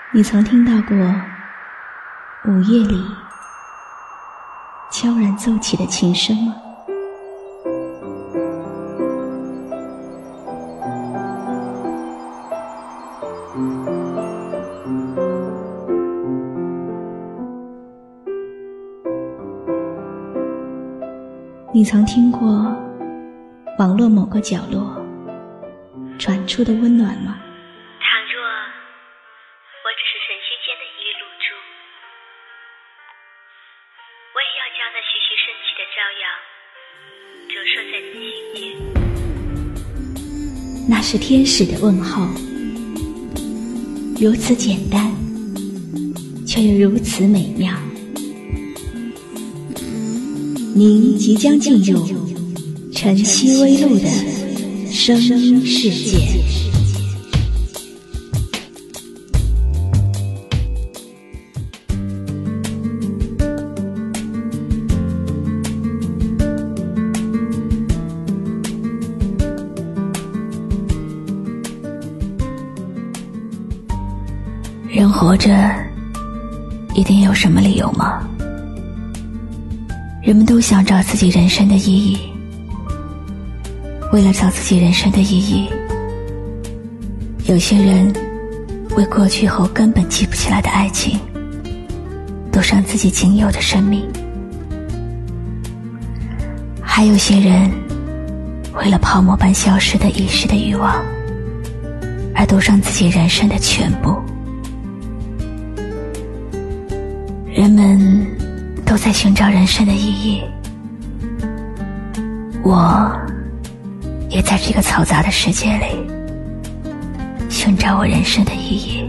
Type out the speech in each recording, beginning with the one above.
你曾听到过午夜里悄然奏起的琴声吗？你曾听过网络某个角落传出的温暖吗？ 倘若我只是程序间的一缕露珠，我也要将那徐徐升起的朝阳折射在你心间。 那是天使的问候，如此简单，却又如此美妙。您即将进入晨曦微露的声音世界。人活着一定有什么理由吗？人们都想找自己人生的意义，为了找自己人生的意义，有些人为过去后根本记不起来的爱情赌上自己仅有的生命，还有些人为了泡沫般消失的一时的欲望而赌上自己人生的全部。人们都在寻找人生的意义，我也在这个嘈杂的世界里寻找我人生的意义。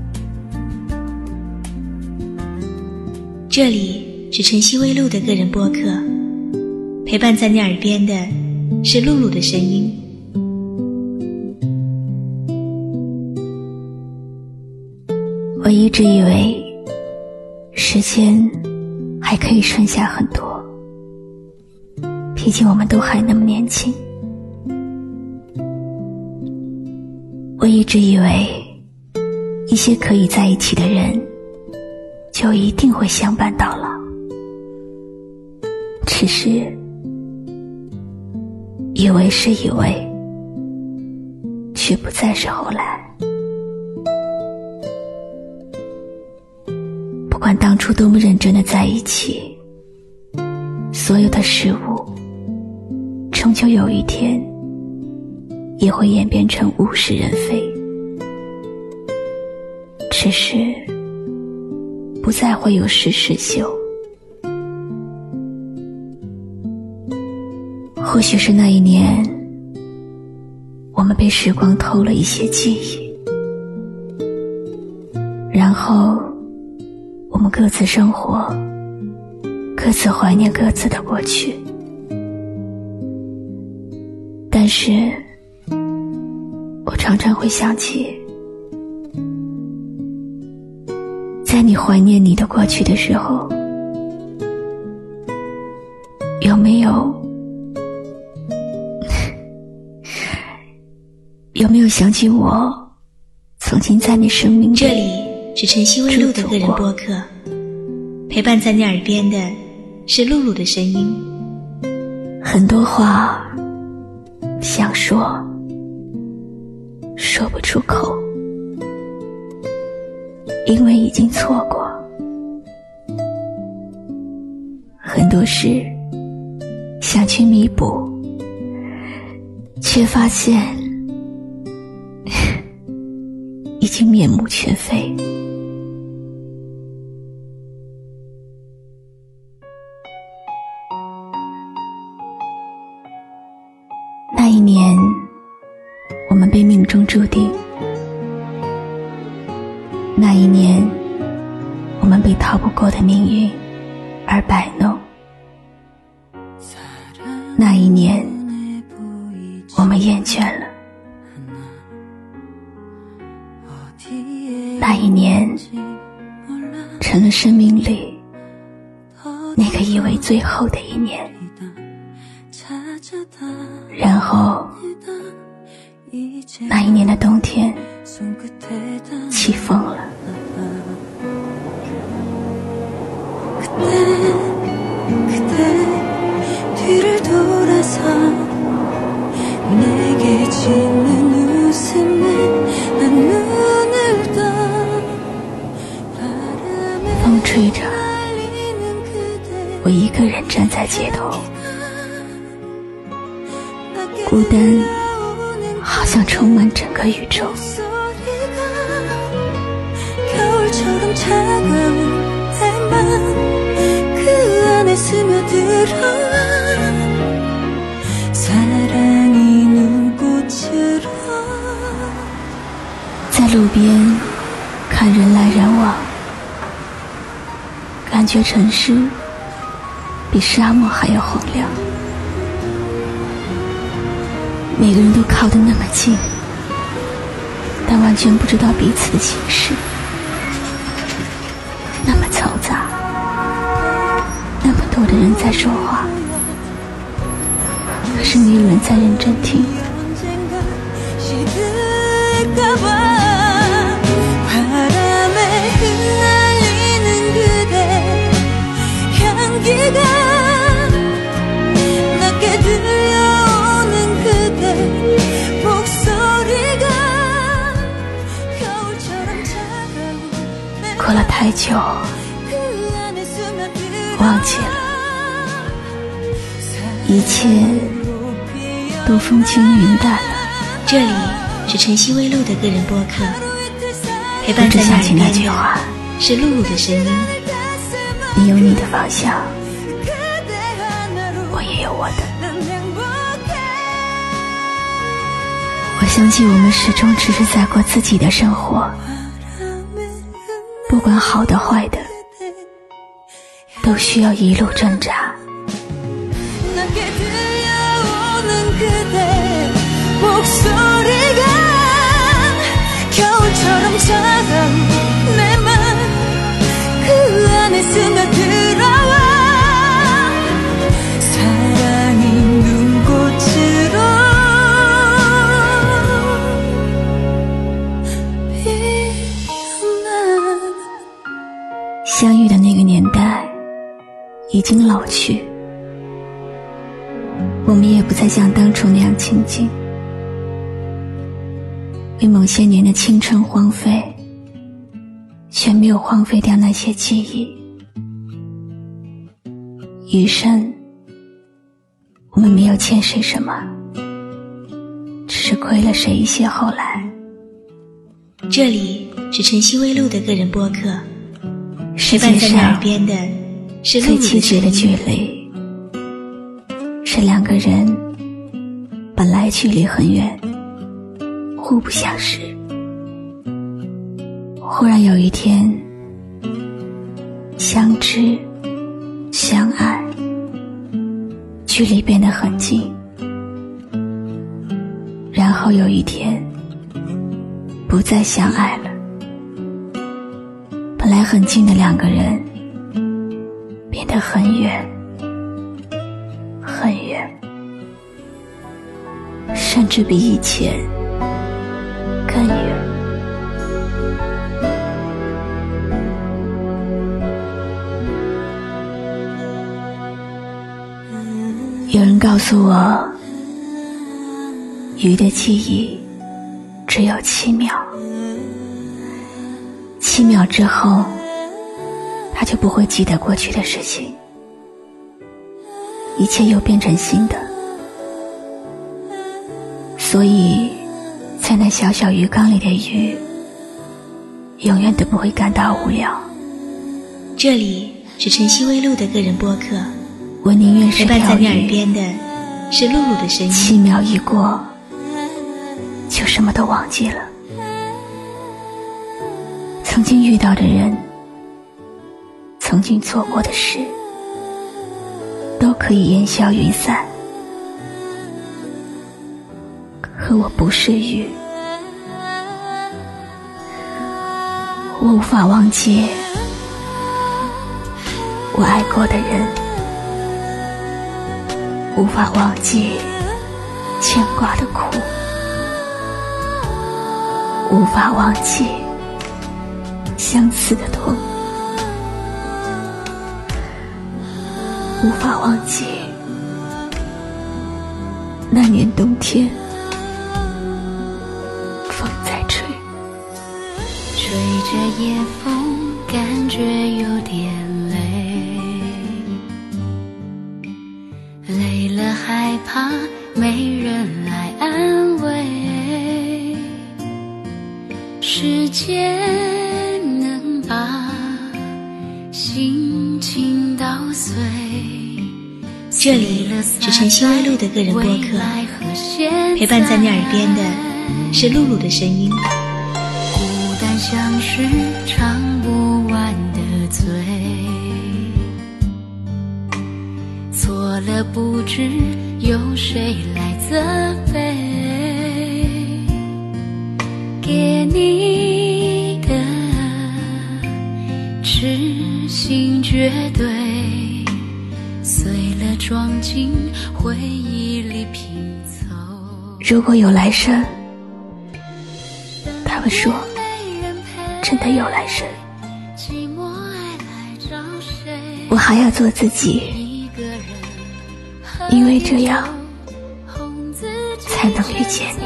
这里是晨曦微露的个人播客，陪伴在你耳边的是露露的声音。我一直以为时间还可以剩下很多，毕竟我们都还那么年轻。我一直以为一些可以在一起的人就一定会相伴到老，只是以为是以为，却不再是后来。不管当初多么认真的在一起，所有的事物终究有一天也会演变成物是人非，只是不再会有实时秀。或许是那一年我们被时光偷了一些记忆，然后我们各自生活，各自怀念各自的过去。但是我常常会想起，在你怀念你的过去的时候，有没有想起我曾经在你生命里？这里是晨曦微露的个人播客，陪伴在你耳边的是露露的声音。很多话想说，说不出口，因为已经错过。很多事想去弥补，却发现已经面目全非。那一年我们被命中注定，那一年我们被逃不过的命运而摆弄，那一年我们厌倦了，那一年成了生命里那个以为最后的一年，然后那一年的冬天起风了。 在街头，孤单好像充满整个宇宙。在路边看人来人往，感觉城市比沙漠还要洪亮。每个人都靠得那么近，但完全不知道彼此的心事。那么嘈杂，那么多的人在说话，可是没有人在认真听。过了太久，忘记了，一切都风轻云淡了。 这里是晨曦微露的个人播客，陪伴在你耳边那句话是露露的声音。 你有你的方向，我也有我的。我相信我们始终只是在过自己的生活，不管好的坏的，都需要一路挣扎。相遇的那个年代已经老去，我们也不再像当初那样亲近，为某些年的青春荒废，却没有荒废掉那些记忆。余生我们没有欠谁什么，只是亏了谁一些后来。 这里是晨曦微露的个人播客， 世界陪伴在你耳上边的是露最露的崎岖的距声音。 离，是两个人本来距离很远，互不相识，忽然有一天相知相爱，距离变得很近，然后有一天不再相爱了。本来很近的两个人变得很远很远，甚至比以前更远。有人告诉我，鱼的记忆只有7秒，7秒之后他就不会记得过去的事情，一切又变成新的。所以在那小小鱼缸里的鱼永远都不会感到无聊。 这里是晨曦微露的个人播客， 我宁愿是陪伴在你耳条鱼边的是露露的声音。 7秒一过就什么都忘记了，曾经遇到的人，曾经做过的事，都可以烟消云散。可我不是鱼，我无法忘记我爱过的人，无法忘记牵挂的苦，无法忘记相思的痛，无法忘记那年冬天风在吹， 吹着夜风，感觉有点累， 怕没人来安慰，时间能把心情捣碎。 这里是晨曦微露的个人播客，陪伴在你耳边的是露露的声音。 孤单像是唱不完的嘴，错了不知有谁来责备，给你的痴心绝对，碎了装进回忆里拼凑。 如果有来生，他们说真的有来生，我还要做自己，因为这样才能遇见你。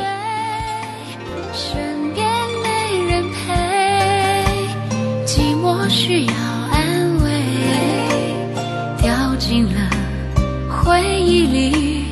身边没人陪，寂寞需要安慰，掉进了回忆里